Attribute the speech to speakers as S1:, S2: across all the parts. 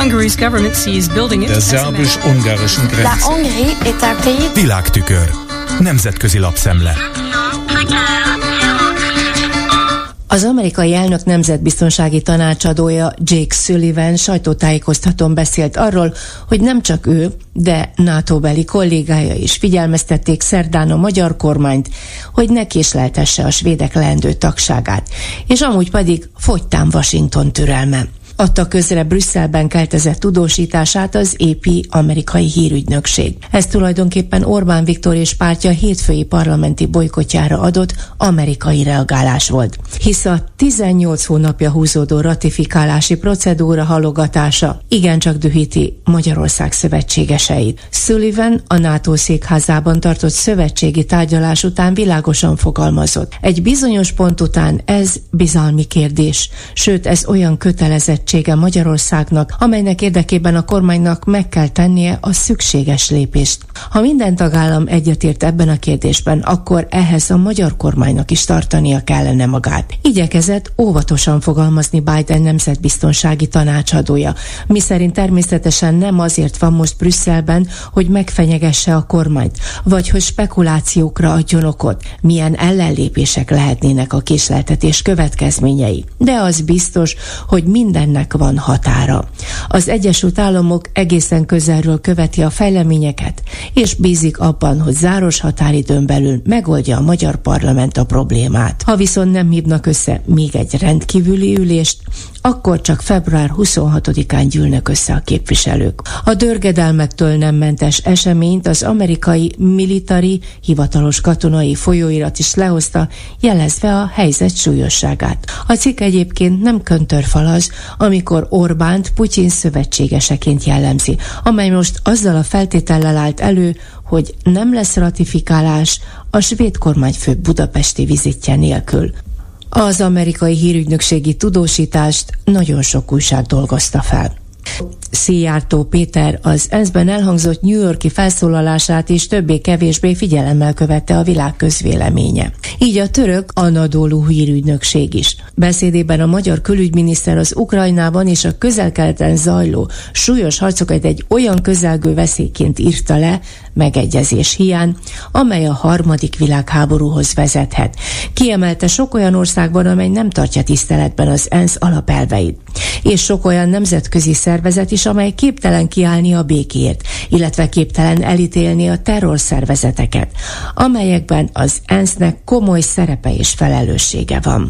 S1: Der szerbus-ungarischen Grenze.
S2: Világtükör. Nemzetközi lapszemle.
S3: Az amerikai elnök nemzetbiztonsági tanácsadója Jake Sullivan sajtótájékoztatón beszélt arról, hogy nem csak ő, de NATO-beli kollégája is figyelmeztették szerdán a magyar kormányt, hogy ne késleltesse a svédek leendő tagságát, és amúgy pedig fogytán Washington türelme. Adta közre Brüsszelben keltezett tudósítását az AP amerikai hírügynökség. Ez tulajdonképpen Orbán Viktor és pártja hétfői parlamenti bojkottjára adott amerikai reagálás volt. Hisz a 18 hónapja húzódó ratifikálási procedúra halogatása igencsak dühíti Magyarország szövetségeseit. Sullivan a NATO székházában tartott szövetségi tárgyalás után világosan fogalmazott. Egy bizonyos pont után ez bizalmi kérdés, sőt ez olyan kötelezett Magyarországnak, amelynek érdekében a kormánynak meg kell tennie a szükséges lépést. Ha minden tagállam egyetért ebben a kérdésben, akkor ehhez a magyar kormánynak is tartania kellene magát. Igyekezett óvatosan fogalmazni Biden nemzetbiztonsági tanácsadója, miszerint természetesen nem azért van most Brüsszelben, hogy megfenyegesse a kormányt, vagy hogy spekulációkra adjon okot, milyen ellenlépések lehetnének a késleltetés következményei. De az biztos, hogy mindennek van határa. Az Egyesült Államok egészen közelről követi a fejleményeket, és bízik abban, hogy záros határidőn belül megoldja a magyar parlament a problémát. Ha viszont nem hívnak össze még egy rendkívüli ülést, akkor csak február 26-án gyűlnek össze a képviselők. A dörgedelmektől nem mentes eseményt az amerikai Military, hivatalos katonai folyóirat is lehozta, jelezve a helyzet súlyosságát. A cikk egyébként nem köntörfalaz, amikor Orbánt Putyin szövetségeseként jellemzi, amely most azzal a feltétellel állt elő, hogy nem lesz ratifikálás a svéd kormányfő budapesti vizitje nélkül. Az amerikai hírügynökségi tudósítást nagyon sok újság dolgozta fel. Szijjártó Péter az ENSZ-ben elhangzott New York-i felszólalását is többé-kevésbé figyelemmel követte a világ közvéleménye. Így a török Anadolu hírügynökség is. Beszédében a magyar külügyminiszter az Ukrajnában és a Közel-Keleten zajló súlyos harcokat egy olyan közelgő veszélyként írta le, megegyezés hiány, amely a harmadik világháborúhoz vezethet. Kiemelte sok olyan országban, amely nem tartja tiszteletben az ENSZ alapelveit. És sok olyan nemzetközi szervezet is, amely képtelen kiállni a békéért, illetve képtelen elítélni a terrorszervezeteket, amelyekben az ENSZ-nek komoly szerepe és felelőssége van.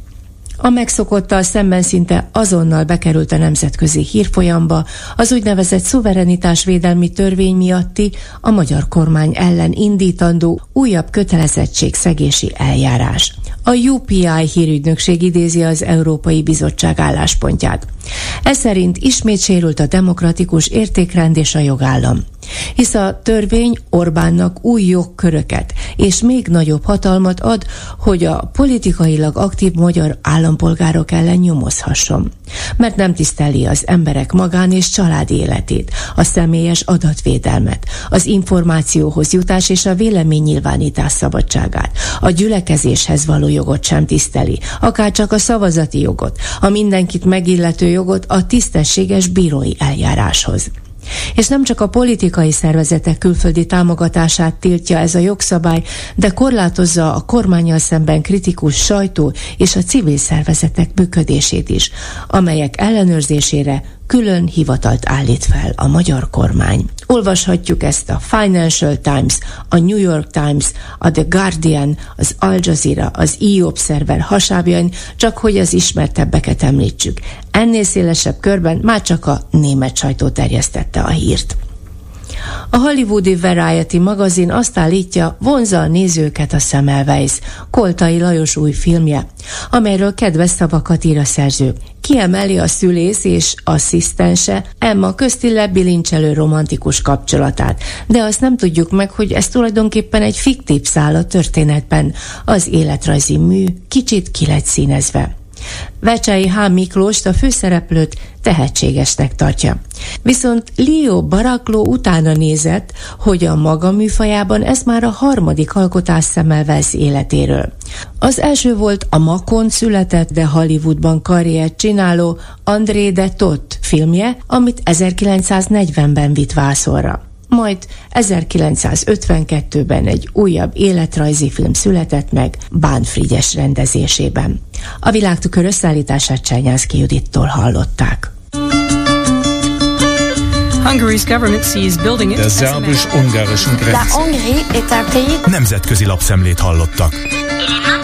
S3: A megszokottal szemben szinte azonnal bekerült a nemzetközi hírfolyamba az úgynevezett szuverenitásvédelmi törvény miatti, a magyar kormány ellen indítandó újabb kötelezettségszegési eljárás. A UPI hírügynökség idézi az Európai Bizottság álláspontját. Ez szerint ismét sérült a demokratikus értékrend és a jogállam. Hisz a törvény Orbánnak új jogköröket és még nagyobb hatalmat ad, hogy a politikailag aktív magyar állampolgárok ellen nyomozhasson. Mert nem tiszteli az emberek magán- és családi életét, a személyes adatvédelmet, az információhoz jutás és a véleménynyilvánítás szabadságát, a gyülekezéshez való jogot sem tiszteli, akárcsak a szavazati jogot, a mindenkit megillető jogot a tisztességes bírói eljáráshoz. És nem csak a politikai szervezetek külföldi támogatását tiltja ez a jogszabály, de korlátozza a kormánnyal szemben kritikus sajtó és a civil szervezetek működését is, amelyek ellenőrzésére külön hivatalt állít fel a magyar kormány. Olvashatjuk ezt a Financial Times, a New York Times, a The Guardian, az Al Jazeera, az E-Observer hasábjain, csak hogy az ismertebbeket említsük. Ennél szélesebb körben már csak a német sajtó terjesztette a hírt. A hollywoodi Variety magazin azt állítja, vonzza a nézőket a Semmelweis, Koltai Lajos új filmje, amelyről kedves szavakat ír a szerző. Kiemeli a szülész és asszisztense Emma közti lebilincselő romantikus kapcsolatát, de azt nem tudjuk meg, hogy ez tulajdonképpen egy fiktív szál a történetben, az életrajzi mű kicsit ki lett színezve. Vecsei H. Miklóst, a főszereplőt tehetségesnek tartja. Viszont Leo Barakló utána nézett, hogy a maga műfajában ez már a harmadik alkotás szemmel vesz életéről. Az első volt a Makón született, de Hollywoodban karriert csináló André de Tott filmje, amit 1940-ben vitt vászonra. Majd 1952-ben egy újabb életrajzi film született meg Bán Frigyes rendezésében. A Világtükör összeállítását Csernyánszky Judittól hallották.
S1: Der szerbus-ungarischen Grenze.
S2: Nemzetközi lapszemlét hallottak.